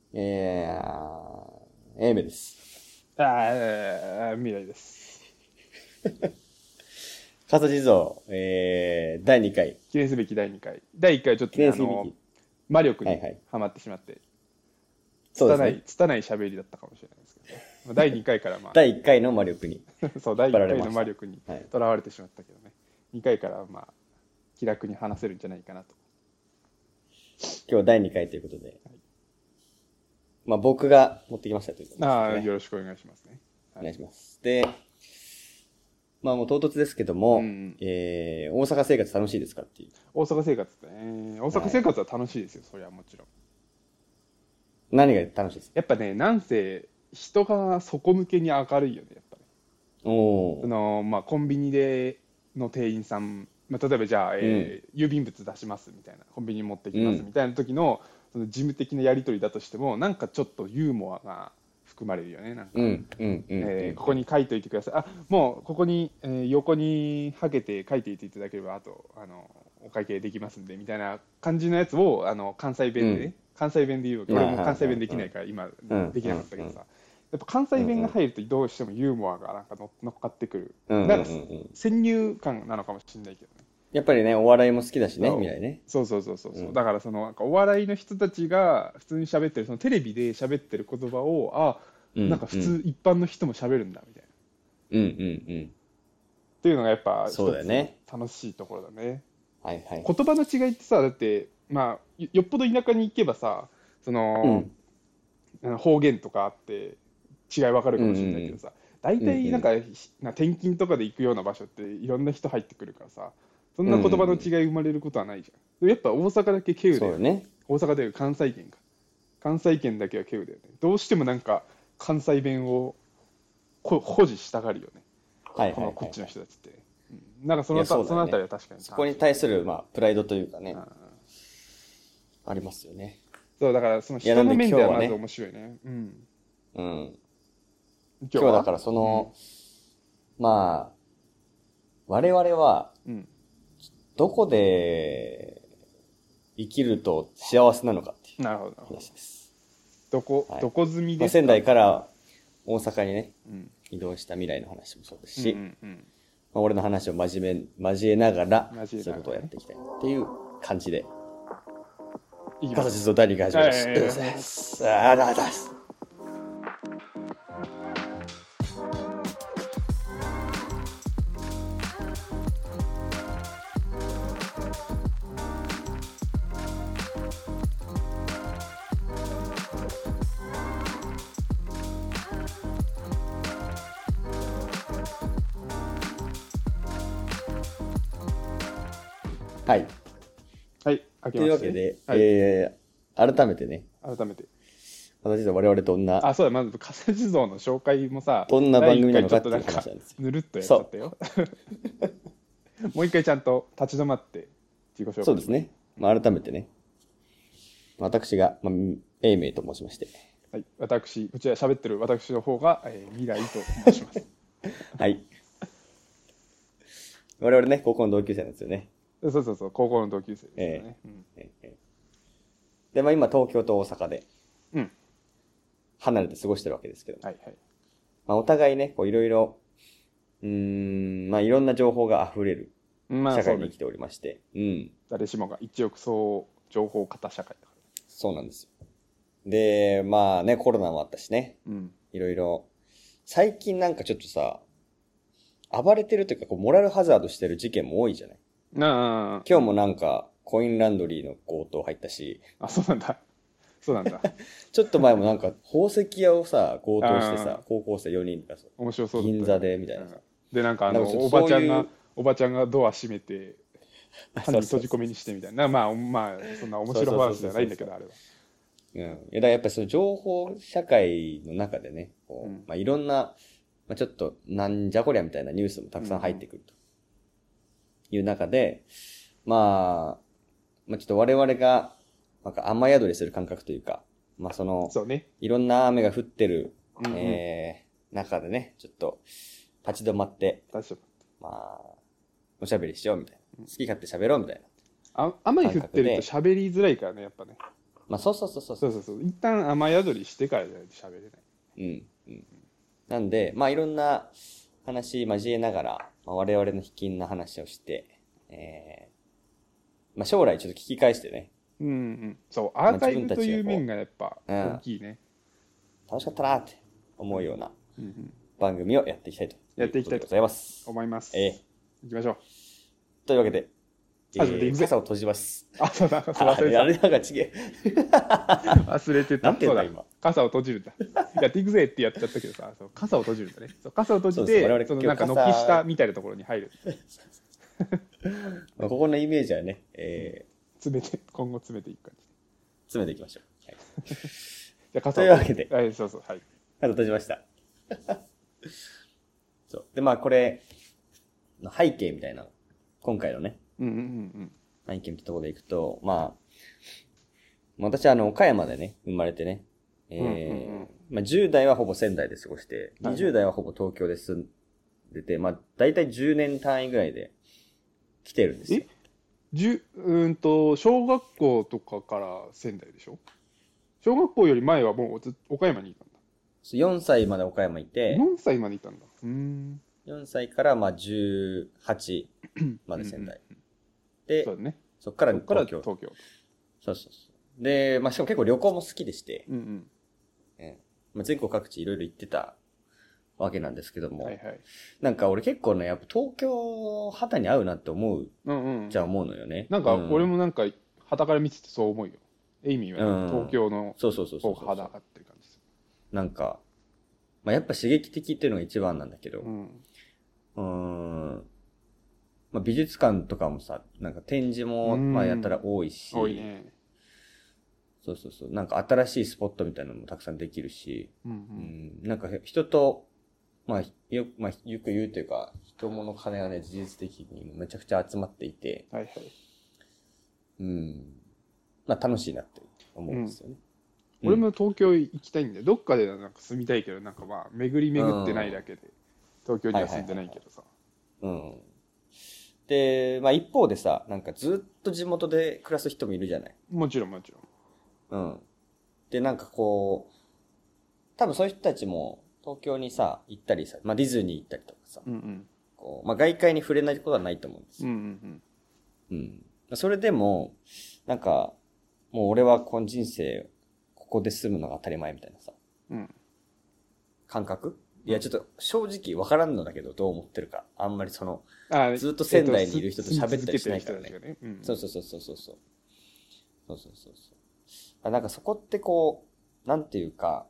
エイメです。 未来です。 笠地蔵、第2回。 記念すべき第2回。第1回ちょっとね、 記念すべき。 魔力にはいはい。 はまってしまって、 そうですね。 拙い喋りだったかもしれないですけどね。第2回から第1回の魔力にそう、 引っ第1回の張られました。 魔力にはい。 とらわれてしまったけどね。2回から気楽に話せるんじゃないかなと。 今日第2回ということで。まあ僕が持ってきましたということですね。 よろしくお願いしますね。 お願いします。で、まあもう唐突ですけども、 うん大阪生活楽しいですかっていう。 大阪生活ってね、大阪生活は楽しいですよ、それはもちろん。 何が楽しいですか？ やっぱね、なんせ人が底抜けに明るいよね、やっぱね。 おー。 コンビニの店員さん、例えばじゃあ、 うん。 郵便物出しますみたいな、コンビニに持ってきますうん。 みたいな時の、その事務的なやり取りだとしても、なんかちょっとユーモアが含まれるよね、なんか。 うん。うん。うん。うん。 ここに書いといてください。もうここに、横にはけて書いていていただければ、あと、お会計できますんで、みたいな感じのやつを、関西弁でね、 うん。 関西弁で言うわけ。 うん。 俺も関西弁うん。 できないから、今、 うん。 できなかったけどさ。やっぱ関うん。 西弁がうん。 入るとどうしてもユーモアがなんか乗っかってくる。 うん。うん。 なんかうん。 先入観なのかもしれないけどね。 やっぱりね、お笑いも好きだしね、未来そうね。 そう。 うん。 だからそのなんかお笑いの人たちが普通に喋ってる、そのテレビで喋ってる言葉を、 うん。 なんか普うん。 通一般の人も喋るんだみたいな。 うん。うん。うん。 っていうのがやっぱそう一つだよね。 楽しいところだね。 はいはい。 言葉の違いってさ、だって、よっぽど田舎に行けばさ、その、 うん。 方言とかあって違いわかるうん。うかもしれないけどん。 さ、大うん。 体なんか、転勤とかで行くような場所っていろんな人入ってくるからさ、そんうん。うん。 な言葉の違うん。 い生まれることはないじゃん。でもやっぱ大阪だけ稀有だよね。 そうだね。 大阪でいう関西圏か。関西圏だけは稀有だよね。どうしてもなんか関西弁を保持したがるよね。 はいはいはいはい。 こっちの人たちってね。なんかいや、 そのあたりそうだよね。 は確かにそこに楽しい。 対する、まあ、プライドというかね、 うんありますよね。 そう、だからそのいや、なんで今人の面日はね、 ではまず面白いね。うん。 うん。 今日は今日だからそうん。 の、まあ、我々は、 うん。 どこで生きると幸せなのかっていうなるほど、なるほど。 話です。はい。 どこ住みまあ、 ですか仙台かみたいな。 ら大阪にね、 うん。 移動した未来の話もそうですうんし、 うんまあ、俺の話を交えながら、 うん。交えそういうことをながらね。 やっていきたいっていう感じで、 いきます。 形と第2回始めます。 はい。 ありがとうございます。はい。 はい。開けといまして。 うわけで、 はい。 改めてね、 改めて。 私は我々 そうだ、まず、仮地蔵の紹介もさ、 どんな番第1 組な回ちょのかっていうっとなんか、 話なんですよ。 ぬるっとやっちゃそったよ。もう一回ちゃんと立ち止まって自己う。 紹介しましょそうですね。まあ、改めてね、私が、まあ、永明と申しまして。 う。はい。こちら喋ってる私の方が、未来と申します。 はい。我々ね、高校の同級生なんですよね。 そう、高校の同級生ですからえね。うん。 えええで、まあ今東京と大阪でうん。 離れて過ごしてるわけですけど、 はいはい。 まあお互いね、こういろいろ、まあいろんな情報が溢れる社そうね。 会に生きておりまして、うん。 誰しもが一億総情報型社会だかそうなんですよ。で、まあね、コロナもあったしね、 ら。うん。 いろいろ、最近なんかちょっとさ、暴れてるというか、こう、モラルハザードしてる事件も多いじゃない。今日もなんか、コインランドリーの強盗入ったし、 そうなんだ。そうなんだ。 ちょっと前もなんか、宝石屋をさ、強盗してあさ、高校生4人がさ、 面白そうだった銀座よね。 でみたいなさ。 で、なんかなんかちょっとそういう、 おばちゃんがドア閉めて、犯そう人閉じ込そうそうそめにしてみたいな。そんな面う。そうそうそう白い話じそうそうそう。 ゃないんだけど、あれは。 うん。いや、だからやっぱりその情報社会の中でね、こう、 うん。 まあ、いろんな、まあ、ちょっと、なんじゃこりゃみたいなニュースもたくさん入ってうん。 くるという中で、まあ、まあ、ちょっと我々が、なんか雨宿りする感覚というか、まあその、 そうね。 いろんな雨が降ってる、 うんうん。 中でね、ちょっと、立ち止まって、 確かに。 まあ、おしゃべりしようみたいな。好き勝手喋ろうみたいな雨感降ってると覚で、 喋りづらいからね、やっぱね。 まあそうそうそうそうそうそうそう。一旦雨宿りしてからじゃないと喋れない。 うん。なんで、まあいろんな話交えながら、まあ、我々の卑近な話をして、まあ将来ちょっと聞き返してね。 うんうん。そう、アーカイブという面がやっぱ大きいね。 楽しかったなって思うようなうんうん、 番組をやっていきたいとやっていきたいとございます。 思います。行きましょう。 というわけで、 始めていくぜ。 傘を閉じます。 あ、そうだ、忘れた。 あれなんかちげえ。 忘れてた。 なんて言った今。 傘を閉じるんだ。やっていくぜってやっちゃったけどさ、そう傘を閉じるんだね。そう傘を閉じて、そのなんか軒下みたいなところに入る。 ここのイメージはね、 今後詰めていく感じ。 詰めていきましょう。はい、 じゃあ傘というわけで、 そうそう、はい。 傘閉じました。そう。で、まあこれ、背景みたいな、今回のね、背景みたいなところでいくと、まあ、私は岡山でね、生まれてね、まあ10代はほぼ仙台で過ごして、20代はほぼ東京で住んでて、まあ大体10年単位ぐらいで来てるんですよ。 小学校とかから仙台でしょ？小学校より前はもう岡山にいたんだ。 4歳まで岡山いて、 4歳までいたんだ。 4歳からまあ18まで仙台。で、 そうだね、 そっから東京。そうそうそう。で、まあしかも結構旅行も好きでして、まあ、全国各地いろいろ行ってたわけなんですけども、なんか俺結構ね、やっぱ東京肌に合うなって思う、じゃあ思うのよね。 なんか俺もなんか肌から見ててそう思うよ。エイミーは東京の方が肌がってる感じです。 なんか、まあ、やっぱ刺激的っていうのが一番なんだけど、まあ、美術館とかもさ、なんか展示もまあやったら多いし、 多いね。 そうそうそう、なんか新しいスポットみたいなのもたくさんできるし、なんか人と、まあよく言うというか、人物金がね、事実的にめちゃくちゃ集まっていて、まあ楽しいなって思うんですよね。 俺も東京行きたいんで、どっかでなんか住みたいけど、なんかまあ巡ってないだけで、東京には住んでないけどさ。 で、まあ一方でさ、なんかずっと地元で暮らす人もいるじゃない。 もちろん。 で、なんかこう、多分そういう人たちも東京にさ、行ったりさ、まあディズニー行ったりとかさ、こうまあ外界に触れないことはないと思うんですよ。それでも、なんか、もう俺はこの人生、ここで住むのが当たり前みたいなさ、感覚いや、ちょっと正直わからんのだけど、どう思ってるか。あんまりその、ずっと仙台にいる人と喋ったりしないからね。そうそう。なんかそこってこう、なんていうか、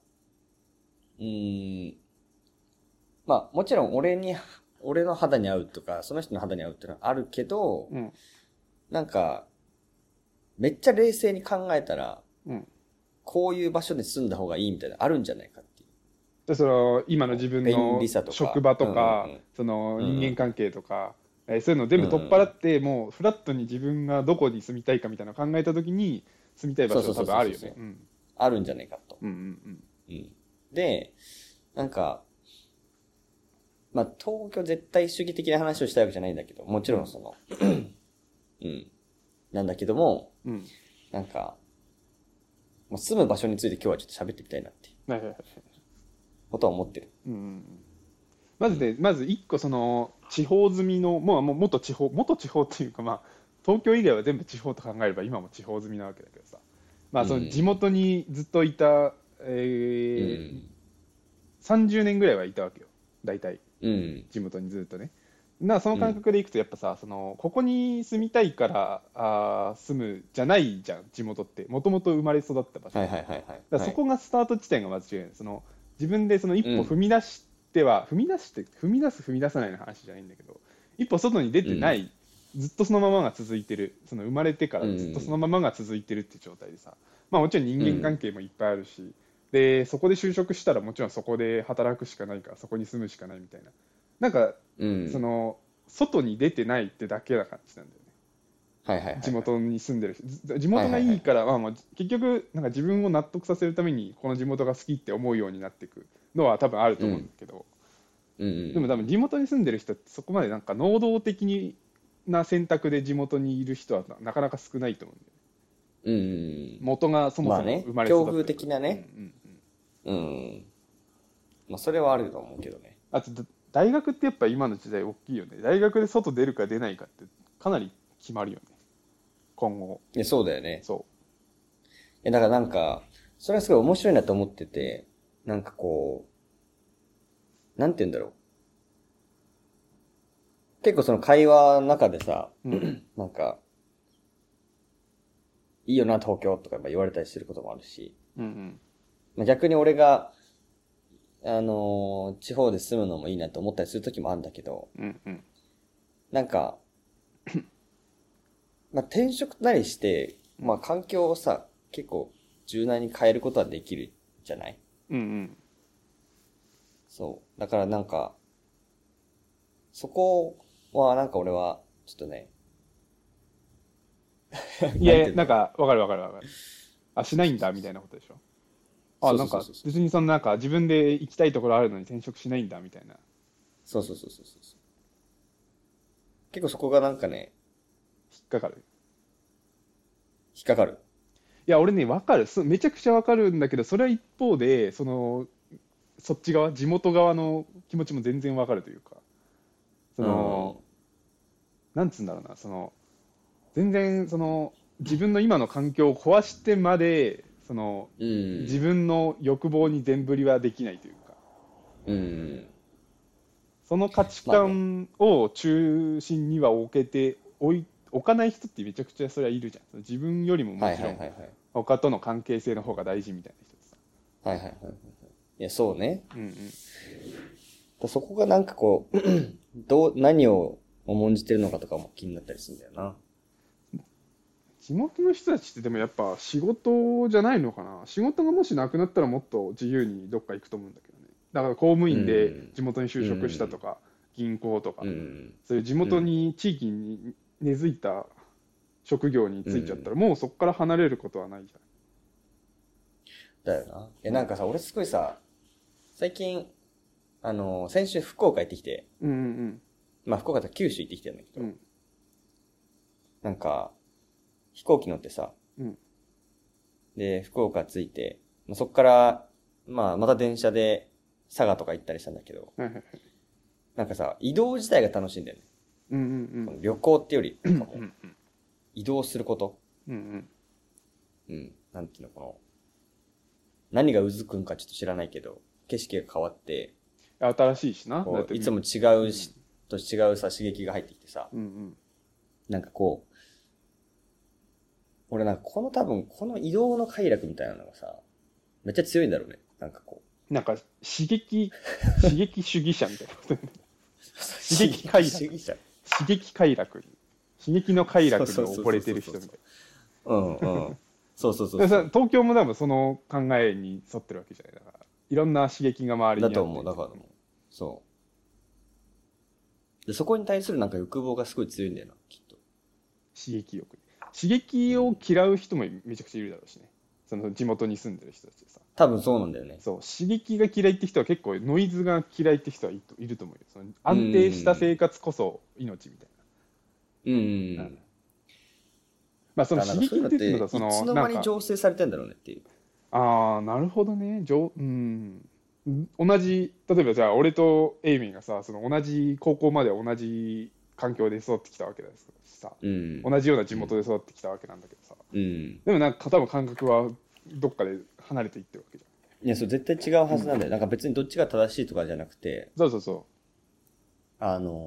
まあもちろん俺の肌に合うとか、その人の肌に合うっていうのはあるけど、なんか、めっちゃ冷静に考えたら、こういう場所に住んだ方がいいみたいなあるんじゃないかっていう。 でその今の自分の職場とか、その人間関係とか、そういうのを全部取っ払って、もうフラットに自分がどこに住みたいかみたいなのを考えたときに、住みたい場所多分あるよね。 あるんじゃないかと。で、なんか、まあ東京絶対主義的な話をしたいわけじゃないんだけど、もちろんその、なんだけども、なんか、住む場所について今日はちょっと喋ってみたいなっていうことは思ってる。 まず一個その地方済みの、もう元地方っていうか、まあ東京以外は全部地方と考えれば今も地方済みなわけだけどさ、まあその地元にずっといた、30年ぐらいはいたわけよ、大体。地元にずっとね。その感覚でいくとやっぱさ、そのここに住みたいから住むじゃないじゃん、地元って。もともと生まれ育った場所。そこがスタート地点が間違いない。その自分でその一歩踏み出しては、踏み出さないの話じゃないんだけど、一歩外に出てない、ずっとそのままが続いてる、その生まれてからずっとそのままが続いてるっていう状態でさ、まあもちろん人間関係もいっぱいあるし、でそこで就職したらもちろんそこで働くしかないから、そこに住むしかないみたいな、なんか、その外に出てないってだけな感じなんだよね。地元に住んでるし、地元がいいから、まあ結局なんか自分を納得させるためにこの地元が好きって思うようになっていくのは多分あると思うんだけど、でも多分地元に住んでる人ってそこまでなんか能動的な選択で地元にいる人はなかなか少ないと思うんうん。 元がそもそも生まれ育った。 強風的なね。うん。まあ、それはあると思うけどね。 あと、大学ってやっぱ今の時代大きいよね。大学で外出るか出ないかってかなり決まるよね。今後。 いや、そうだよね。 そう。 いや、だからなんか、それはすごい面白いなと思ってて、なんかこう、なんて言うんだろう。結構その会話の中でさ、なんか、いいよな、東京とか言われたりすることもあるし、まあ、逆に俺が、地方で住むのもいいなと思ったりする時もあるんだけど、なんか、まあ、転職なりして、まあ、環境をさ、結構柔軟に変えることはできるじゃない？そう。だからなんか、そこはなんか俺は、ちょっとね。 いや、なんか、わかる。あ、しないんだ、みたいなことでしょ。あ、なんか、別にそのなんか、自分で行きたいところあるのに転職しないんだ、みたいな。 そう。結構そこがなんかね、 引っかかる。 引っかかる。 いや、俺ね、わかる。めちゃくちゃわかるんだけど、それは一方で、そっち側、地元側の気持ちも全然わかるというか、なんつうんだろうな、全然、自分の今の環境を壊してまで、自分の欲望に全振りはできないというか、その価値観を中心には置かない人ってめちゃくちゃそれはいるじゃん。自分よりももちろん、他との関係性の方が大事みたいな人ってさ。 いや、そうね。そこがなんかこう、何を重んじてるのかとかも気になったりするんだよな。 地元の人たちってでもやっぱ仕事じゃないのかな。仕事がもしなくなったらもっと自由にどっか行くと思うんだけどね。だから公務員で地元に就職したとか、銀行とか、そういう地元に、地域に根付いた職業に就いちゃったら、もうそこから離れることはないじゃん。だよな。なんかさ、俺すごいさ、最近、先週福岡行ってきて、まあ福岡と九州行ってきてるんだけど、なんか、飛行機乗ってさ、で、福岡着いて、まあ、そっから、まあまた電車で佐賀とか行ったりしたんだけど、なんかさ、移動自体が楽しいんだよね。旅行ってより、なんかもう、移動すること。なんていうの、何がうずくんかちょっと知らないけど、景色が変わって、 新しいしな。 いつも違うと違うさ、刺激が入ってきてさ、なんかこう、俺なんか多分この移動の快楽みたいなのがさ、めっちゃ強いんだろうね。なんかこう。なんか刺激主義者みたいなことね。刺激快楽。刺激快楽。刺激の快楽に溺れてる人みたいな。 そう。 東京も多分その考えに沿ってるわけじゃない。だからいろんな刺激が周りにあって。 だと思う。だからそう。で、そこに対するなんか欲望がすごい強いんだよな、きっと。 刺激欲。刺激を嫌う人もめちゃくちゃいるだろうしね。その地元に住んでる人たちでさ。 多分そうなんだよね。 そう。刺激が嫌いって人は結構ノイズが嫌いって人はいると思うよ。その安定した生活こそ命みたいな。まあその刺激っていうのがいつの間に醸成されてんだろうねっていう。 ああ、なるほどね。同じ、例えばじゃあ俺とエイミーがさ、同じ高校まで同じ環境で育ってきたわけですしさ、同じような地元で育ってきたわけなんだけどさ、でもなんか多分感覚はどっかで離れていってるわけじゃん。いや、そう、絶対違うはずなんだよ。なんか別にどっちが正しいとかじゃなくて。 そう。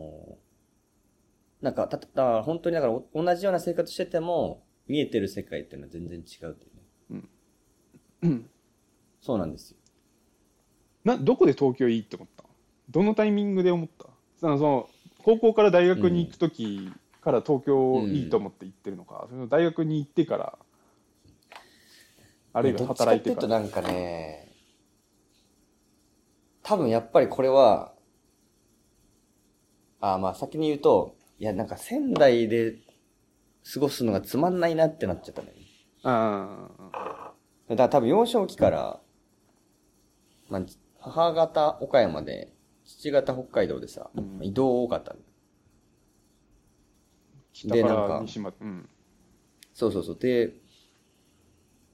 なんか、本当にだから同じような生活してても、見えてる世界っていうのは全然違うっていうね。そうなんですよ。 どこで東京いいって思った？どのタイミングで思った？高校から大学に行くときから東京いいと思って行ってるのか、その大学に行ってから、あるいは働いてから。 どっちかっていうとなんかね、多分やっぱりこれは、まあ先に言うと、いやなんか仙台で過ごすのがつまんないなってなっちゃったね。だから多分幼少期から、まあ、母方岡山で、父方北海道でさ、移動多かったんだ。 で、なんか、 そう。で、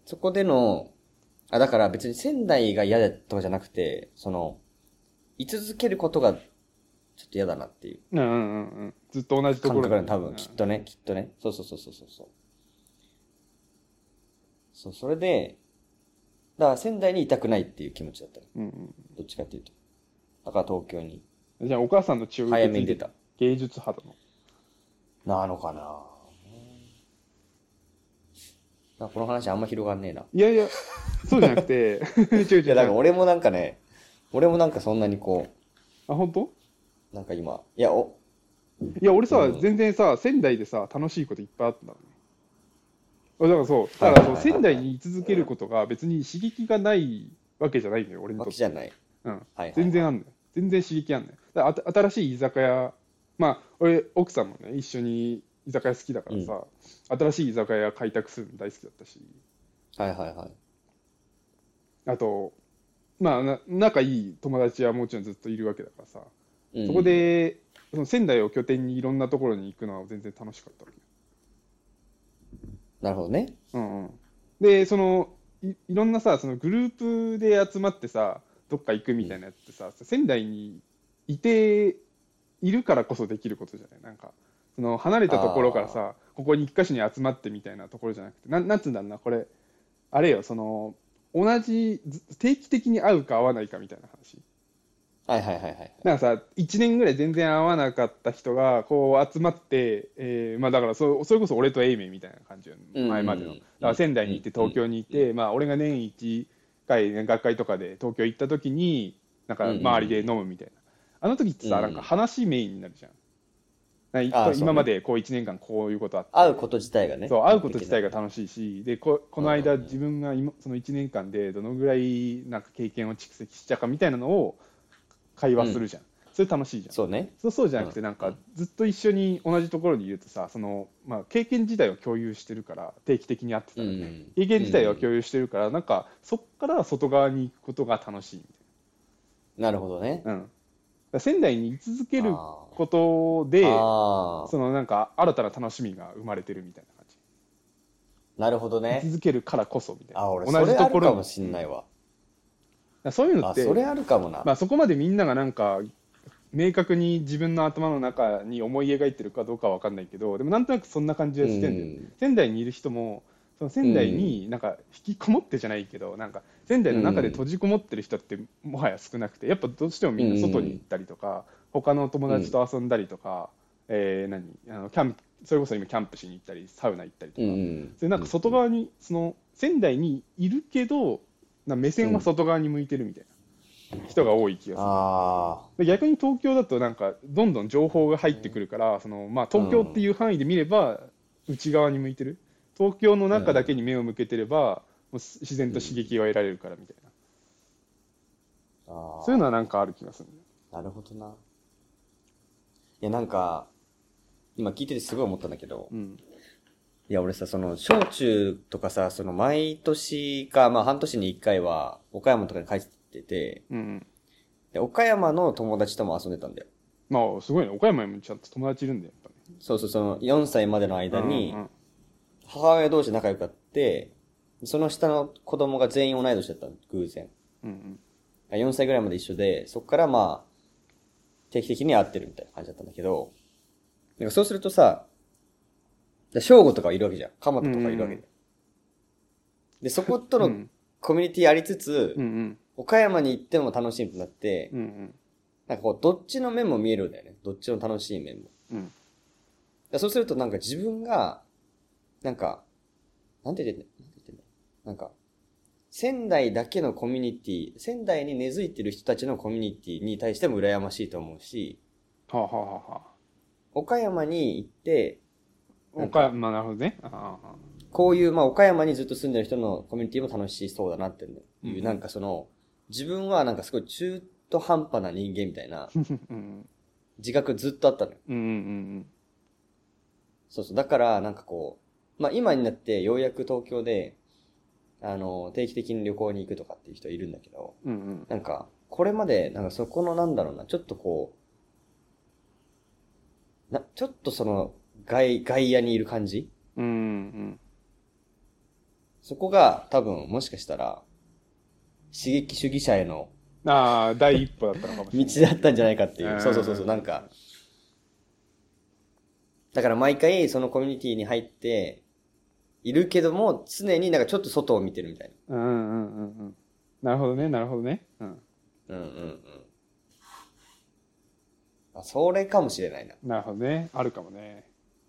そこでの、だから別に仙台が嫌だとかじゃなくて、居続けることがちょっと嫌だなっていう。 うんうんうん。ずっと同じところ感覚多分、きっとね。そう。そう、それで、だから仙台にいたくないっていう気持ちだった。どっちかっていうと。だから東京に。 じゃあお母さんの血を受け継いで芸術肌の。 なのかな。この話あんま広がんねえな。 いやいや、そうじゃなくて、 いや、だから俺もなんかそんなにこう。あ、本当？ なんか今、 いや、俺さ、全然さ、仙台でさ、楽しいこといっぱいあったんだね。だからそう、仙台に居続けることが別に刺激がないわけじゃないのよ、俺にとって。 わけじゃない。 うん。全然あんのよ。全然刺激あんのよ。だから新しい居酒屋、まあ、俺、奥さんもね、一緒に居酒屋好きだからさ、新しい居酒屋開拓するの大好きだったし。あと、まあ、仲いい友達はもちろんずっといるわけだからさ、そこで、その仙台を拠点にいろんなところに行くのは全然楽しかったわけ。 なるほどね。 で、いろんなさ、そのグループで集まってさ、どっか行くみたいなやつってさ、仙台にいるからこそできることじゃない。なんか、離れたところからさ、ここに一箇所に集まってみたいなところじゃなくて、なんつうんだろうな、これ、あれよ、定期的に会うか会わないかみたいな話。なんかさ、1年ぐらい全然会わなかった人が、こう集まって、まあだからそれこそ俺とエイメイみたいな感じよ、前までの。だから仙台に行って東京に行って、まあ俺が年1回、学会とかで東京行った時に、なんか周りで飲むみたいな。あの時ってさ、なんか話メインになるじゃん。今までこう1年間こういうことあって。 会うこと自体がね。 そう、会うこと自体が楽しいし、で、この間自分がその1年間でどのぐらいなんか経験を蓄積したかみたいなのを、会話するじゃん。それ楽しいじゃん。 そうね。 そうじゃなくて、なんか、ずっと一緒に同じところにいるとさ、まあ、経験自体を共有してるから、定期的に会ってたらね、経験自体を共有してるから、なんか、そっから外側に行くことが楽しいみたいな。なるほどね。 仙台に居続けることで、なんか、新たな楽しみが生まれてるみたいな感じ。 なるほどね。 居続けるからこそみたいな。 俺、同じところかもしんないわ。 そういうのって、 それあるかもな。 まあそこまでみんながなんか、明確に自分の頭の中に思い描いてるかどうかは分かんないけど、でもなんとなくそんな感じはしてんだよ。仙台にいる人も、その仙台になんか引きこもってじゃないけど、なんか仙台の中で閉じこもってる人ってもはや少なくて、やっぱどうしてもみんな外に行ったりとか、他の友達と遊んだりとか、キャンプ、それこそ今キャンプしに行ったり、サウナ行ったりとか、でなんか外側に、仙台にいるけど、目線は外側に向いてるみたいな人が多い気がする。で逆に東京だとなんかどんどん情報が入ってくるから、まあ、東京っていう範囲で見れば内側に向いてる。東京の中だけに目を向けてれば、もう自然と刺激を得られるからみたいな。そういうのはなんかある気がする。 なるほどな。いやなんか、今聞いててすごい思ったんだけど、いや、俺さ、小中とかさ、毎年か、まあ半年に一回は、岡山とかに帰ってて、で、岡山の友達とも遊んでたんだよ。 まあ、すごいね。岡山にもちゃんと友達いるんだよ、やっぱね。 そう、4歳までの間に、母親同士仲良かって、その下の子供が全員同い年だったの、偶然。4歳ぐらいまで一緒で、そっからまあ、定期的に会ってるみたいな感じだったんだけど、なんかそうするとさ、正吾とかいるわけじゃん。鎌田とかいるわけで。で、そことのコミュニティありつつ、岡山に行っても楽しいってなって、なんかこう、どっちの面も見えるんだよね。どっちの楽しい面も。そうするとなんか自分が、なんか、なんて言ってんのなんか、仙台だけのコミュニティ、仙台に根付いてる人たちのコミュニティに対しても羨ましいと思うし、岡山に行って、 岡山、なるほどね。 こういう、まあ、岡山にずっと住んでる人のコミュニティも楽しそうだなっていう、なんか自分はなんかすごい中途半端な人間みたいな、自覚ずっとあったのよ。そう。だから、なんかこう、まあ、今になってようやく東京で、定期的に旅行に行くとかっていう人いるんだけど、なんか、これまで、なんかそこのなんだろうな、ちょっとこう、ちょっと外野にいる感じそこが多分もしかしたら、刺激主義者への第一歩だったのかもしれない。 道だったんじゃないかっていう。そう、なんか。だから毎回そのコミュニティに入っているけども、常になんかちょっと外を見てるみたいな。なるほどね、なるほどね。 それかもしれないな。 なるほどね。あるかもね。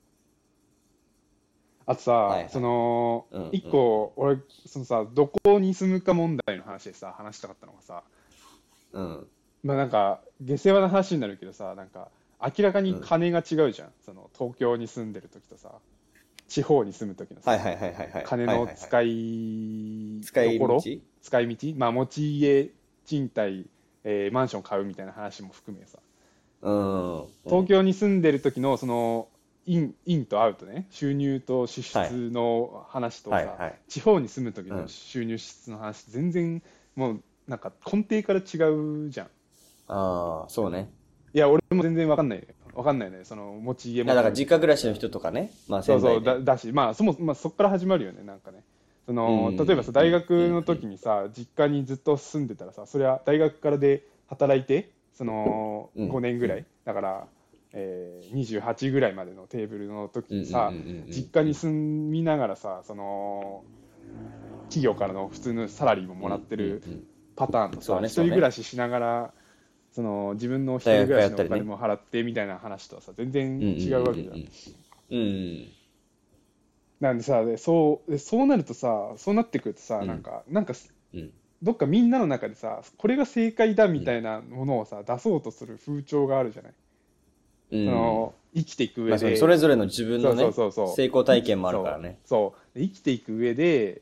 あとさ、一個、俺、どこに住むか問題の話でさ、話したかったのがさ、まあなんか、下世話な話になるけどさ、なんか、明らかに金が違うじゃん。東京に住んでる時とさ、地方に住む時のさ、金の使い道まあ、持ち家、賃貸、マンション買うみたいな話も含めさ、東京に住んでる時のインとアウトね、収入と支出の話とさ、地方に住む時の収入支出の話、全然もうなんか根底から違うじゃん。 そうね。 いや、俺も全然わかんないね。持ち家も。 だから実家暮らしの人とかね。まあ、 そうだし、まあ、そこから始まるよね、なんかね。例えばさ、大学の時にさ、実家にずっと住んでたらさ、それは大学からで働いて、5年ぐらい。だから、28ぐらいまでのテーブルの時にさ、実家に住みながらさ、企業からの普通のサラリーももらってるパターンとさ、一人暮らししながら、自分の一人暮らしのお金も払ってみたいな話とはさ、全然違うわけじゃん。なんでさ、そうなるとさ、そうなってくるとさ、なんか、どっかみんなの中でさ、これが正解だみたいなものをさ、出そうとする風潮があるじゃない。生きていく上で。 それぞれの自分のね、成功体験もあるからね。 生きていく上で、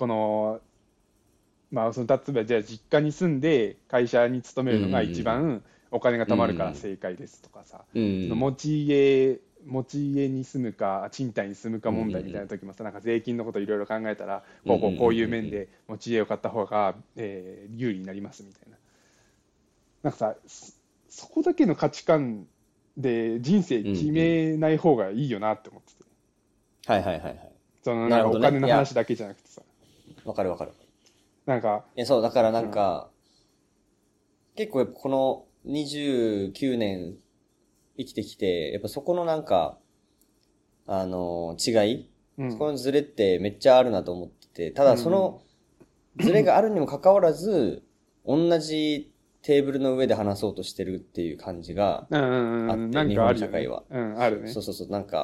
まあ、例えばじゃあ実家に住んで会社に勤めるのが一番お金が貯まるから正解ですとかさ、持ち家に住むか賃貸に住むか問題みたいな時もさ、なんか税金のこといろいろ考えたらこういう面で持ち家を買った方が、有利になりますみたいな、なんかさ、そこだけの価値観で人生決めない方がいいよなって思ってて、なんかお金の話だけじゃなくてさ、 わかる。 なんかそうだからなんか、結構やっぱこの29年生きてきて、やっぱそこのなんか違い、そこのズレってめっちゃあるなと思ってて、ただそのズレがあるにもかかわらず、同じテーブルの上で話そうとしてるっていう感じがあって、日本社会は。 あるね。 なんか、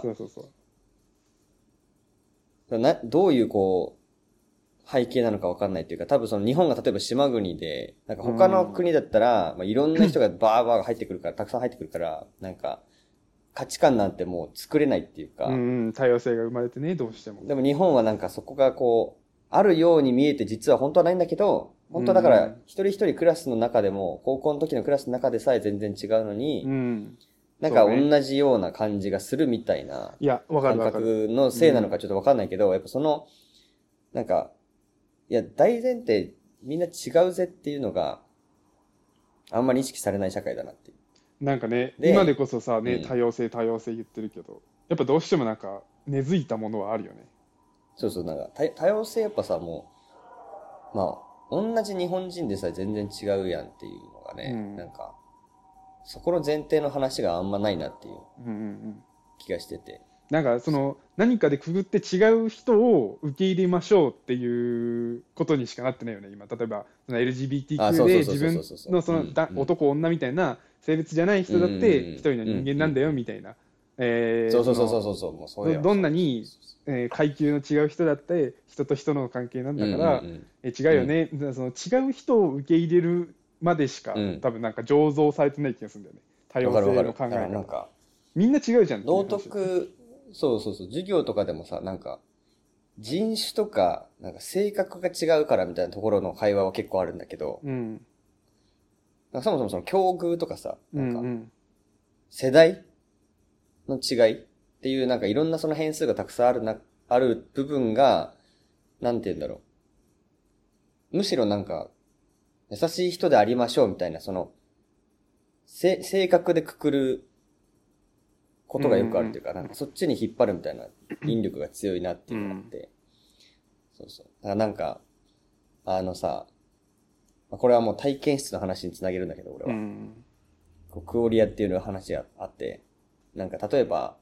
どういう背景なのかわかんないっていうか、多分日本が例えば島国で、なんか他の国だったら、いろんな人がバーバー入ってくるから、たくさん入ってくるから、なんか、価値観なんてもう作れないっていうか。 多様性が生まれてね、どうしても。 でも日本はなんかそこがあるように見えて実は本当はないんだけど、本当はだから一人一人クラスの中でも、高校の時のクラスの中でさえ全然違うのに、なんか同じような感じがするみたいな感覚のせいなのかちょっとわかんないけど、やっぱなんか、いや、大前提みんな違うぜっていうのがあんまり意識されない社会だなっていう。 なんかね、今でこそさ、多様性言ってるけど、やっぱどうしてもなんか根付いたものはあるよね。 なんか多様性やっぱさ、もう、まあ、同じ日本人でさえ全然違うやんっていうのがね、なんか、そこの前提の話があんまないなっていう気がしてて。 なんか何かでくぐって違う人を受け入れましょうっていうことにしかなってないよね、今。例えばLGBTQ で自分の男女みたいな性別じゃない人だって一人の人間なんだよみたいな。どんなに階級の違う人だって人と人の関係なんだから違うよね。違う人を受け入れるまでしか多分なんか醸造されてない気がするんだよね。多様性の考え方。みんな違うじゃん。 道徳授業とかでもさ、なんか、人種とか、なんか性格が違うからみたいなところの会話は結構あるんだけど、なんかそもそも境遇とかさ、なんか、世代の違いっていう、なんかいろんなその変数がたくさんある部分が、なんて言うんだろう。むしろなんか、優しい人でありましょうみたいな、性格でくくることがよくあるっていうか、なんかそっちに引っ張るみたいな引力が強いなっていうのがあって、 そうそう。だからなんか、さ、これはもう体験室の話につなげるんだけど、俺は。クオリアっていうの話があって、なんか例えば、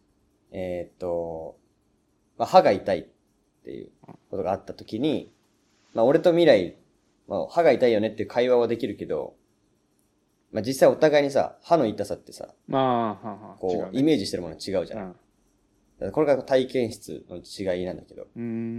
歯が痛いっていうことがあった時に、俺と未来、歯が痛いよねっていう会話はできるけど、実際お互いにさ、歯の痛さってさ、こう、イメージしてるもの違うじゃない。だからこれが体験室の違いなんだけど。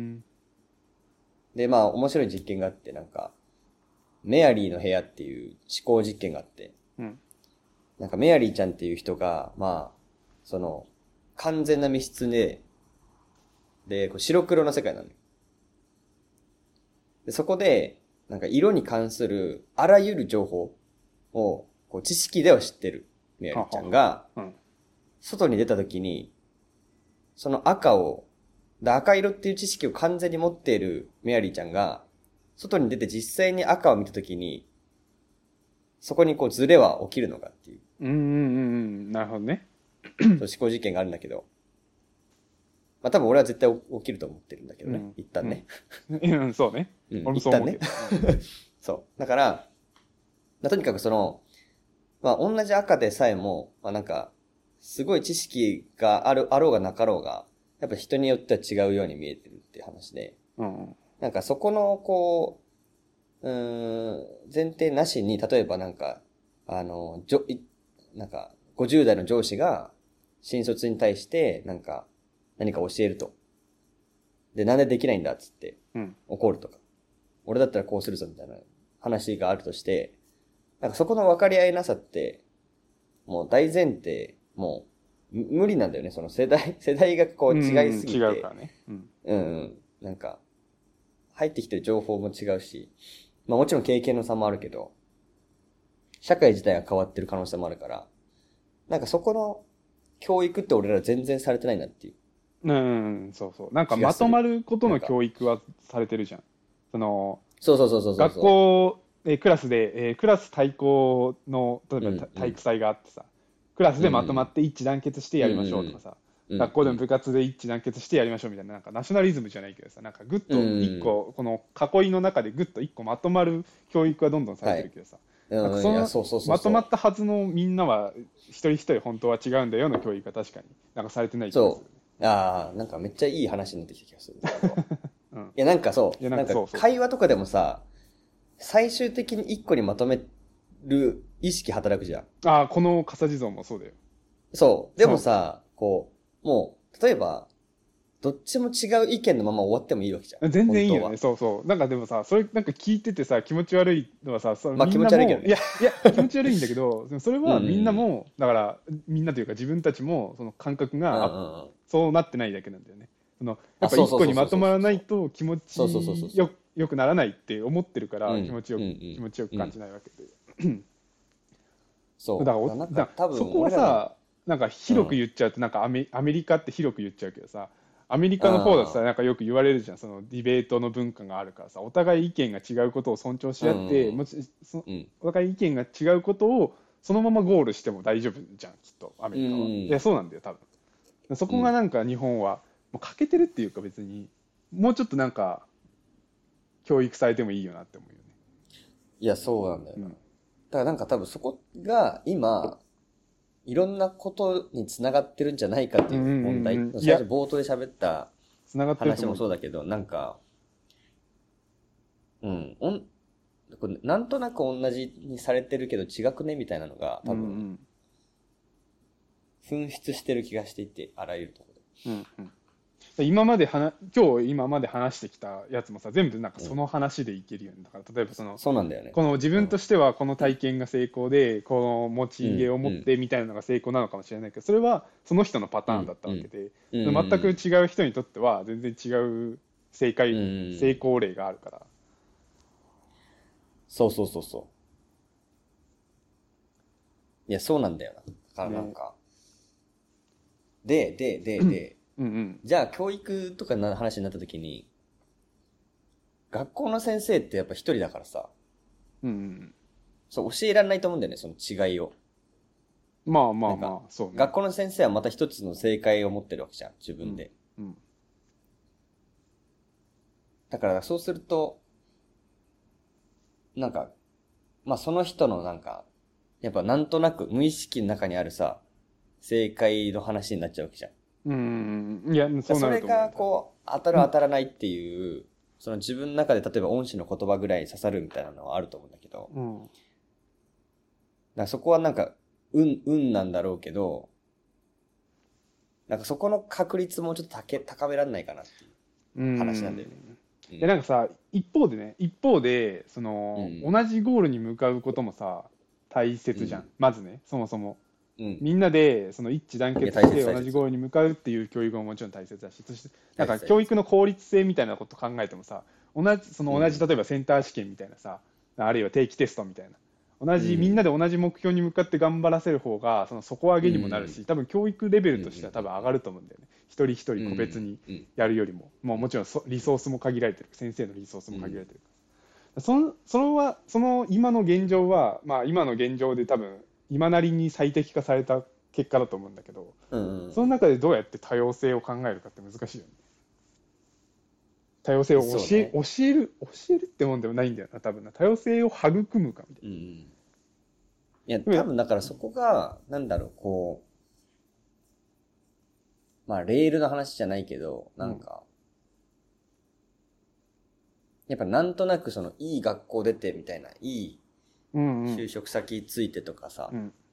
で、面白い実験があって、なんか、メアリーの部屋っていう思考実験があって、なんかメアリーちゃんっていう人が、その、完全な密室で、こう白黒の世界なのよ。で、そこで、なんか色に関するあらゆる情報を、こう知識では知ってるメアリーちゃんが、外に出た時に、その赤色っていう知識を完全に持っているメアリーちゃんが、外に出て実際に赤を見た時に、そこにこうズレは起きるのかっていう。 なるほどね。 そう思考実験があるんだけど、多分俺は絶対起きると思ってるんだけどね。一旦ね。 そうね。 俺もそう思うけど。一旦ね。そう。だから、とにかくその、同じ赤でさえも、なんか、すごい知識があろうがなかろうが、やっぱ人によっては違うように見えてるっていう話で、なんかそこの、こう、前提なしに、例えばなんか、なんか、50代の上司が、新卒に対して、なんか、何か教えると。で、なんでできないんだっつって、怒るとか。俺だったらこうするぞみたいな話があるとして、なんかそこの分かり合いなさって、もう大前提、もう、無理なんだよね。その世代がこう違いすぎて。 違うからね。 なんか、入ってきてる情報も違うし、もちろん経験の差もあるけど、社会自体が変わってる可能性もあるから、なんかそこの教育って俺ら全然されてないなっていう。 そうそう。なんかまとまることの教育はされてるじゃん。その、 そう。 学校、クラスで、クラス対抗の、例えば体育祭があってさ、クラスでまとまって一致団結してやりましょうとかさ、学校でも部活で一致団結してやりましょうみたいな、なんかナショナリズムじゃないけどさ、なんかぐっと一個、この囲いの中でぐっと一個まとまる教育はどんどんされてるけどさ、なんかそのまとまったはずのみんなは一人一人本当は違うんだよの教育は確かになんかされてない気がする。 なんかめっちゃいい話になってきた気がする。いやなんかそう、なんか会話とかでもさ、最終的に一個にまとめる意識働くじゃん。 この笠地蔵もそうだよ。 そう。でもさ、こう、もう、例えば、どっちも違う意見のまま終わってもいいわけじゃん。 全然いいよね。そう。なんかでもさ、それなんか聞いててさ、気持ち悪いのはさ、 気持ち悪いけどね。 いや、気持ち悪いんだけど、それはみんなも、だから、みんなというか自分たちも、その感覚が、そうなってないだけなんだよね。やっぱ一個にまとまらないと気持ちよくならないって思ってるから、気持ちよく感じないわけで。そう。だからそこはさ、なんか広く言っちゃうと、なんかアメリカって広く言っちゃうけどさ、アメリカの方だとさ、なんかよく言われるじゃん、そのディベートの文化があるからさ、お互い意見が違うことを尊重し合って、お互い意見が違うことをそのままゴールしても大丈夫じゃん、きっと、アメリカは。いや、そうなんだよ、多分。そこがなんか日本は、もう欠けてるっていうか別に、もうちょっとなんか、教育されてもいいよなって思うよね。 いや、そうなんだよな。だからなんか多分そこが今、いろんなことにつながってるんじゃないかっていう問題。最初冒頭で喋った話もそうだけど、なんか、なんとなく同じにされてるけど違くねみたいなのが多分、紛失してる気がしていて、あらゆるところで。 今まで話してきたやつもさ、全部なんかその話でいけるよね。だから例えばそうなんだよね。 この自分としてはこの体験が成功で、この持ち家を持ってみたいなのが成功なのかもしれないけど、それはその人のパターンだったわけで、全く違う人にとっては全然違う成功例があるから。 そう。いや、そうなんだよな。だからなんか、で、じゃあ教育とかの話になった時に、学校の先生ってやっぱ一人だからさ、そう教えられないと思うんだよね、その違いを。 そうね。 学校の先生はまた一つの正解を持ってるわけじゃん、自分で。 だからそうすると、なんか、まあその人のなんか、やっぱなんとなく無意識の中にあるさ、正解の話になっちゃうわけじゃん。 いや、そうなると思う。 それがこう、当たる当たらないっていう、その自分の中で例えば恩師の言葉ぐらい刺さるみたいなのはあると思うんだけど、だからそこはなんか、運なんだろうけど、なんかそこの確率もちょっと高められないかなっていう話なんだよね。 で、なんかさ、一方で、その、同じゴールに向かうこともさ、大切じゃん。まずね、そもそも。みんなでその一致団結して同じゴールに向かうっていう教育ももちろん大切だし、そしてなんか教育の効率性みたいなことを考えてもさ、同じ例えばセンター試験みたいなさ、あるいは定期テストみたいな、みんなで同じ目標に向かって頑張らせる方がその底上げにもなるし、多分教育レベルとしては多分上がると思うんだよね。一人一人個別にやるよりも、もちろんリソースも限られてる、先生のリソースも限られてるから、その今の現状は、まあ今の現状で多分今なりに最適化された結果だと思うんだけど、その中でどうやって多様性を考えるかって難しいよね。多様性を教えるってもんでもないんだよな、多分な。多様性を育むかみたいな。いや、多分だからそこが、なんだろう、こう、まあ、レールの話じゃないけど、なんか、やっぱなんとなくその、いい学校出てみたいな、いい就職先ついてとかさ、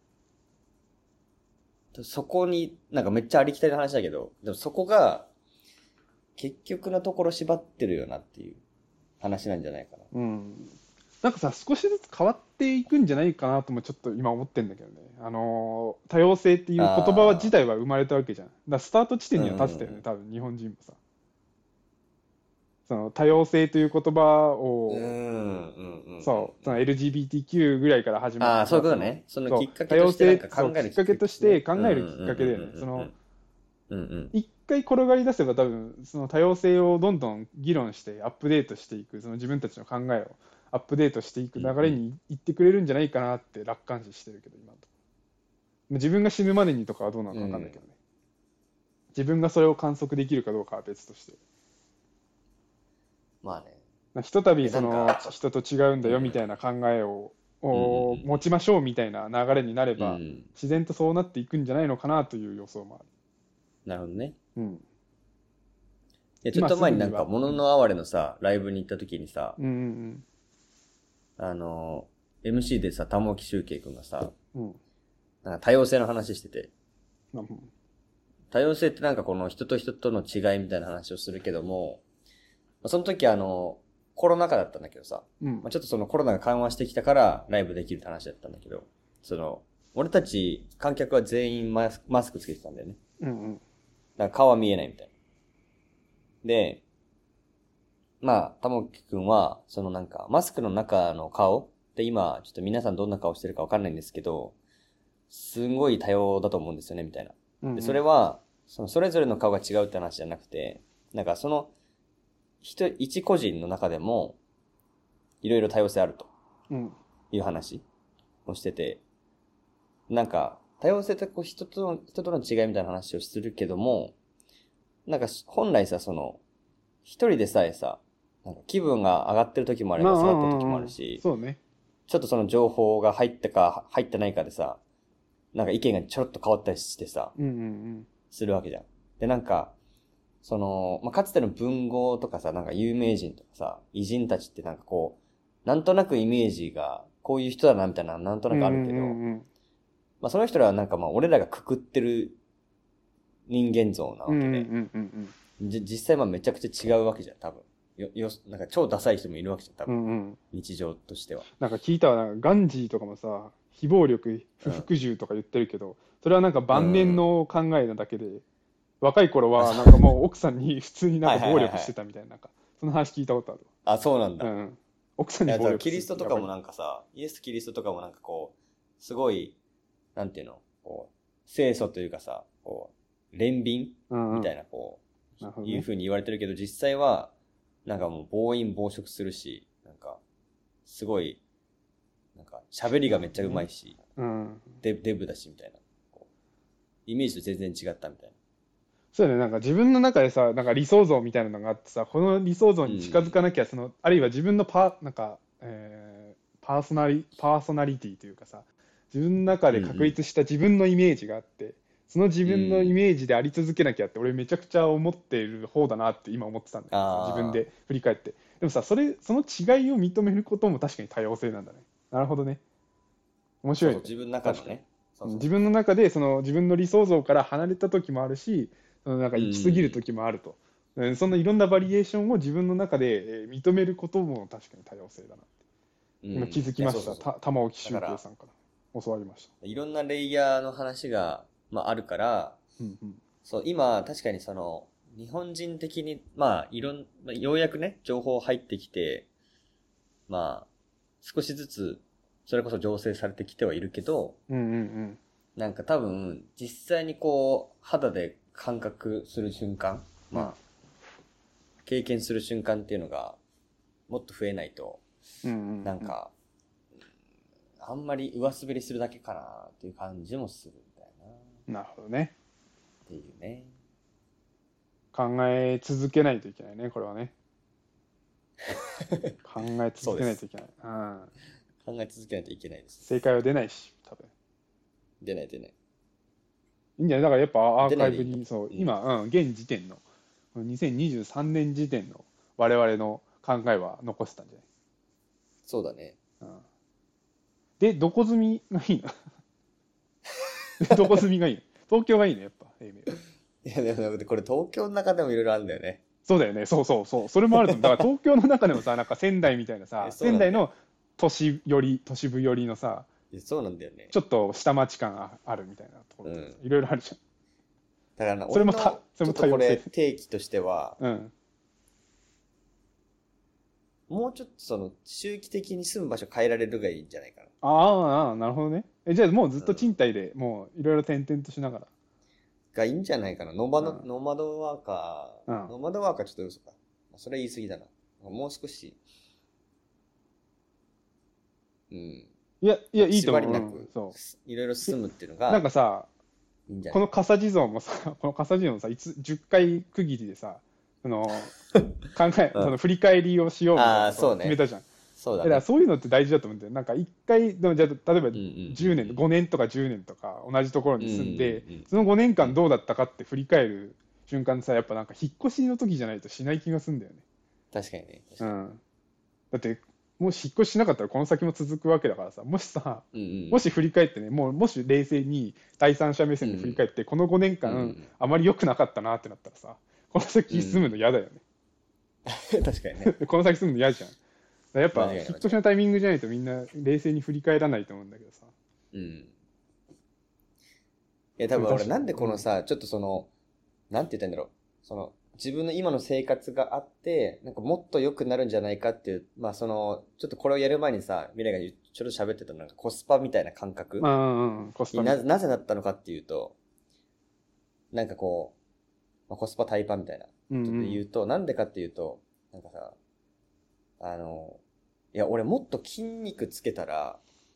そこに、なんかめっちゃありきたりな話だけど、でもそこが、結局のところ縛ってるよなっていう話なんじゃないかな。 なんかさ、少しずつ変わっていくんじゃないかなともちょっと今思ってんだけどね。多様性っていう言葉自体は生まれたわけじゃん。だからスタート地点には立ってたよね、多分日本人もさ。その多様性という言葉を、そう、その LGBTQ ぐらいから始まった。 そういうことね。そのきっかけとして考えるきっかけとして考えるきっかけだよね。その、一回転がり出せば多分、その多様性をどんどん議論してアップデートしていく、その自分たちの考えをアップデートしていく流れに行ってくれるんじゃないかなって楽観視してるけど、今と。自分が死ぬまでにとかはどうなのか分かんないけどね。自分がそれを観測できるかどうかは別として。 まあね。 ひとたびその人と違うんだよみたいな考えを持ちましょうみたいな流れになれば、自然とそうなっていくんじゃないのかなという予想もある。 なるほどね。いや、ちょっと前になんか、もののあわれのさ、ライブに行った時にさ、MC でさ、玉置周慶くんがさ、なんか多様性の話してて、多様性ってなんかこの人と人との違いみたいな話をするけども、その時コロナ禍だったんだけどさ、ちょっとそのコロナが緩和してきたからライブできるって話だったんだけど、俺たち観客は全員マスクつけてたんだよね。だから顔は見えないみたいな。で、まあ、玉置くんは、そのなんか、マスクの中の顔って今、ちょっと皆さんどんな顔してるかわかんないんですけど、すんごい多様だと思うんですよね、みたいな。で、それは、それぞれの顔が違うって話じゃなくて、なんか一個人の中でも、いろいろ多様性あると。いう話をしてて、なんか、多様性ってこう人との違いみたいな話をするけども、なんか本来さ、一人でさえさ、なんか気分が上がってる時もあれば下がってる時もあるし、 そうね。 ちょっとその情報が入ったか入ってないかでさ、なんか意見がちょろっと変わったりしてさ、するわけじゃん。で、なんか、かつての文豪とかさ、なんか有名人とかさ、偉人たちってなんかこう、なんとなくイメージが、こういう人だなみたいな、なんとなくあるけど、その人らはなんか俺らがくくってる人間像なわけで、実際めちゃくちゃ違うわけじゃん、多分。なんか超ダサい人もいるわけじゃん、多分。日常としては。 なんか聞いたわ、ガンジーとかもさ、非暴力、不服従とか言ってるけど、それはなんか晩年の考えなだけで、若い頃はなんかもう奥さんに普通になんか暴力してたみたいな、なんか、その話聞いたことある。 あ、そうなんだ。 奥さんに暴力してた。 キリストとかもなんかさ、イエス・キリストとかもなんかこう、すごい、なんていうの、こう、清楚というかさ、こう、憐憫みたいな、こう、いう風に言われてるけど、実際は、なんかもう暴飲暴食するし、なんか、すごい、なんか、喋りがめっちゃうまいし、デブだし、みたいな。イメージと全然違ったみたいな。 そうだね、なんか自分の中でさ、なんか理想像みたいなのがあってさ、この理想像に近づかなきゃ、あるいは自分のなんか、パーソナリティというかさ、自分の中で確立した自分のイメージがあって、その自分のイメージであり続けなきゃって、俺めちゃくちゃ思っている方だなって今思ってたんだよ。自分で振り返って。でもさ、その違いを認めることも確かに多様性なんだね。なるほどね。面白いね。 そうそう、自分の中のね。 自分の中で自分の理想像から離れた時もあるし、なんか行き過ぎる時もあると、そんないろんなバリエーションを自分の中で認めることも確かに多様性だなって、今気づきました。玉置周慶さんから教わりました。 いろんなレイヤーの話が、あるから、そう今確かに日本人的にようやくね情報入ってきて、少しずつそれこそ醸成されてきてはいるけど、なんか多分実際にこう肌で感覚する瞬間、経験する瞬間っていうのがもっと増えないと、なんかあんまり上滑りするだけかなっていう感じもするみたいな。なるほどね。 っていうね。 考え続けないといけないね、これはね。考え続けないといけない。 考え続けないといけないです。 正解は出ないし、多分。 出ない。いいいんじゃない？だからやっぱアーカイブに、今、現時点の、2023年時点の我々の考えは残せたんじゃない？ そうだね。 で、どこ住みがいいの？どこ住みがいいの？東京がいいのやっぱ、英明。 いや、でもこれ東京の中でもいろいろあるんだよね。 そうだよね。そう。それもあると思う。だから東京の中でもさ、なんか仙台みたいなさ、仙台の都市部寄りのさ、 そうなんだよね。 ちょっと下町感あるみたいなところ、いろいろあるじゃん。 だからな、 それもこれ定義としては、もうちょっと周期的に住む場所変えられるがいいんじゃないかな。 ああ、なるほどね。じゃあもうずっと賃貸で、もういろいろ転々としながら。 がいいんじゃないかな。ノマドワーカー。ノマドワーカーちょっと嘘か。それ言い過ぎだな。もう少し。 いや、いいと思う。 縛りなく、いろいろ住むっていうのが。 なんかさ、この笠地蔵もさ、10回区切りでさ、振り返りをしようみたいなことを決めたじゃん。 そうだね。だからそういうのって大事だと思うんだよ。なんか一回、でもじゃあ例えば10年、5年とか10年とか同じところに住んで、その5年間どうだったかって振り返る瞬間さ、やっぱなんか引っ越しの時じゃないとしない気がするんだよね。 確かにね。 だって、もし引っ越ししなかったらこの先も続くわけだからさ、もしさ、もし振り返ってね、もし冷静に第三者目線で振り返って、この5年間あまり良くなかったなってなったらさ、この先住むの嫌だよね。 確かにね。 この先住むの嫌じゃん。やっぱ引っ越しのタイミングじゃないとみんな冷静に振り返らないと思うんだけどさ。 いや多分俺なんでこのさ、ちょっとなんて言ったんだろう。自分の今の生活があって、なんかもっと良くなるんじゃないかっていう、ちょっとこれをやる前にさ、未来がちょっと喋ってたなんかコスパみたいな感覚コスパなぜだったのかっていうと、なんかこう、コスパタイパみたいな。ちょっと言うと、なんでかっていうと、なんかさ、いや、俺もっと筋肉つけたら、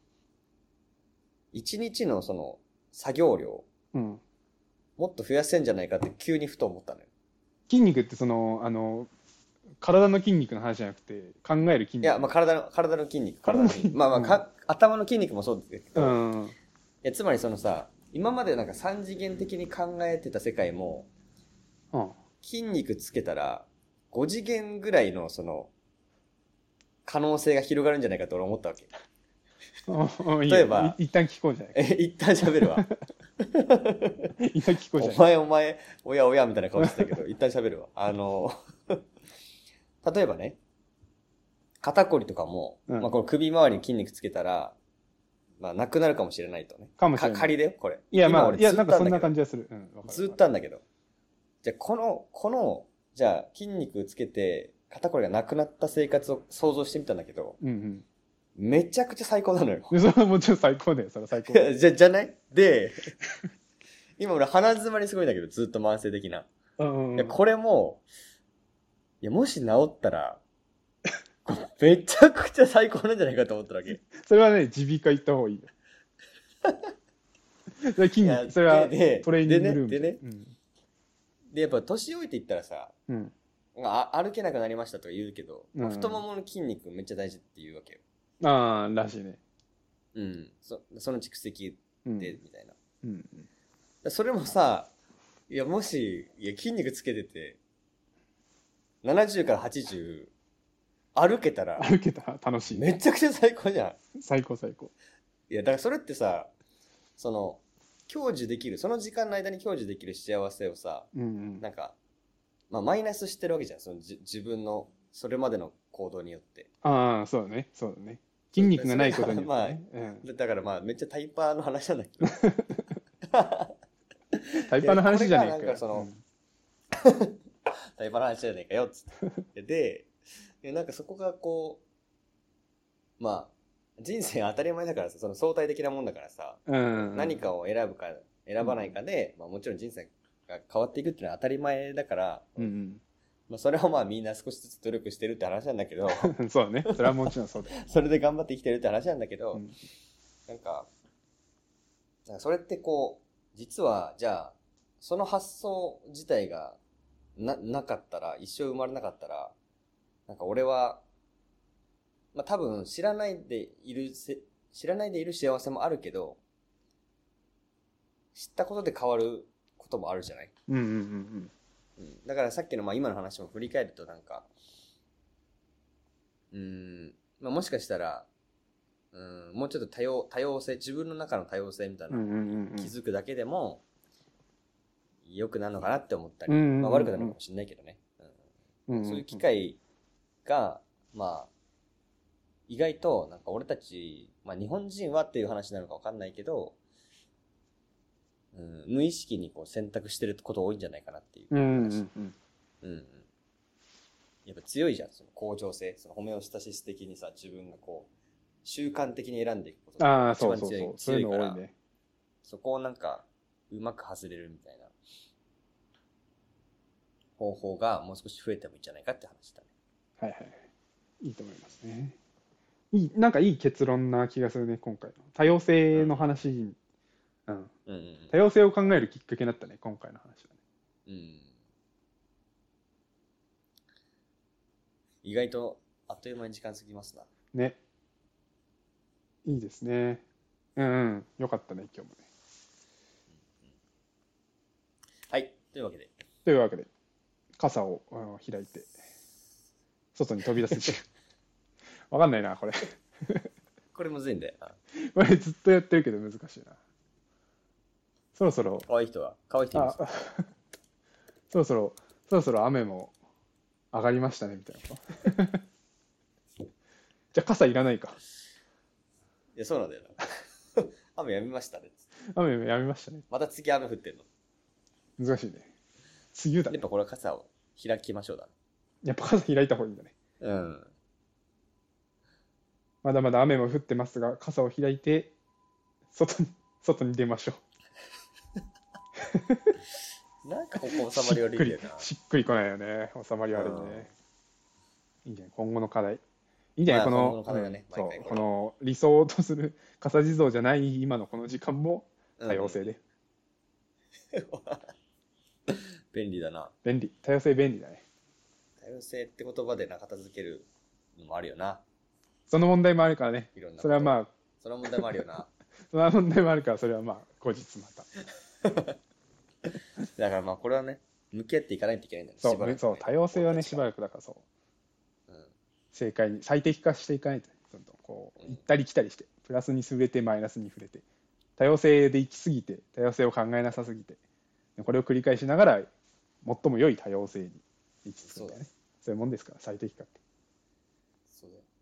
一日の作業量、もっと増やせんじゃないかって急にふと思ったのよ。 筋肉って体の筋肉の話じゃなくて、考える筋肉。 いや、体の筋肉。頭の筋肉もそうですけど、いや、つまりさ、今までなんか3次元的に考えてた世界も、筋肉つけたら、5次元ぐらいの可能性が広がるんじゃないかと俺思ったわけ。例えば、 一旦聞こうじゃない。 一旦喋るわ。 一旦聞こうじゃない。 お前、おやみたいな顔してたけど、一旦喋るわ。例えばね、肩こりとかも、この首周りに筋肉つけたら、なくなるかもしれないとね。 かもしれない。 仮だよ、これ。 いや、なんかそんな感じがする。 ずっとあるんだけど。じゃあ、じゃあ、筋肉つけて、肩こりがなくなった生活を想像してみたんだけど、めちゃくちゃ最高なのよ。 それはもちろん最高だよ、それは最高。 じゃないで、今俺鼻詰まりすごいんだけど、ずっと慢性的な。いや、これも、いや、もし治ったら、めちゃくちゃ最高なんじゃないかと思ったわけ。 それはね、耳鼻科行った方がいいよ。それは筋肉、それはトレーニングルーム。 でね、 で、やっぱ年老いていったらさ、 うん。 歩けなくなりましたとか言うけど、 うん太ももの筋肉めっちゃ大事って言うわけよ。 ああ、らしいね。 うん。その蓄積で、みたいな。 うん。 それもさ、いや、もし、いや、筋肉つけてて、70から80、歩けたら、 歩けたら楽しい。 めちゃくちゃ最高じゃん。 最高最高。 いや、だからそれってさ、享受できる、その時間の間に享受できる幸せをさ、なんか、まあ、マイナスしてるわけじゃん。自分の、それまでの行動によって。 ああ、そうだね。そうだね。筋肉がないことによって、ね。 まあ、だからまあ、めっちゃタイパーの話なんだけど。 タイパーの話じゃねえか。 なんかタイパーの話じゃねえかよ、つって。で、なんかそこがこう、まあ、人生当たり前だからさ、その相対的なもんだからさ、何かを選ぶか選ばないかで、まあもちろん人生が変わっていくっていうのは当たり前だから、まあそれをまあみんな少しずつ努力してるって話なんだけど、 そうだね。それはもちろんそうだよ。 それで頑張って生きてるって話なんだけど、なんかそれってこう、実はじゃあ、その発想自体がなかったら、一生生まれなかったら、なんか俺は、まあ多分知らないでいる幸せもあるけど、知ったことで変わることもあるじゃない。だからさっきのまあ今の話も振り返るとなんか、まあもしかしたら、もうちょっと多様性、自分の中の多様性みたいなのに気づくだけでも、良くなるのかなって思ったり、まあ悪くなるのかもしれないけどね。そういう機会が、まあ、意外と、なんか俺たち、まあ日本人はっていう話なのかわかんないけど、無意識にこう選択してること多いんじゃないかなっていう話。やっぱ強いじゃん、その向上性、そのホメオスタシス的にさ、自分がこう、習慣的に選んでいくことが一番強いから、そこをなんか、うまく外れるみたいな方法がもう少し増えてもいいんじゃないかって話だね。 はいはい。いいと思いますね。なんかいい結論な気がするね、今回の。多様性の話、多様性を考えるきっかけになったね、今回の話はね。 意外とあっという間に時間過ぎますな。 ね。いいですね。よかったね、今日もね。 はい。というわけで。 傘を開いて、外に飛び出す時間。わかんないな、これ。 これむずいんだよな。 これずっとやってるけど難しいな。そろそろ。 可愛い人いますか？ そろそろ雨も上がりましたね、みたいな。じゃあ傘いらないか。 いや、そうなんだよな。雨やみましたね。 雨やみましたね。 また次雨降ってんの。 難しいね。梅雨だね。 やっぱこれは傘を開きましょうだ。 やっぱ傘開いた方がいいんだね。まだまだ雨も降ってますが、傘を開いて、外に出ましょう。なんかここ収まり悪いんだよな。 しっくりこないよね。収まり悪いね。いいんじゃない、今後の課題。いいんじゃない、この理想とする傘地蔵じゃない今のこの時間も多様性で。 便利だな。 多様性便利だね。 多様性って言葉で片付けるのもあるよな。 その問題もあるからね。それはまあ。 その問題もあるよな。 その問題もあるから、それはまあ、後日また。 だからまあ、これはね、向き合っていかないといけないんだよね。そう、多様性はね、しばらくだからそう。正解に、最適化していかないと、こう、行ったり来たりして、プラスに触れて、マイナスに触れて、多様性で行き過ぎて、多様性を考えなさすぎて、これを繰り返しながら、最も良い多様性に行き着くんだよね。そういうもんですから、最適化って。 そうだよ。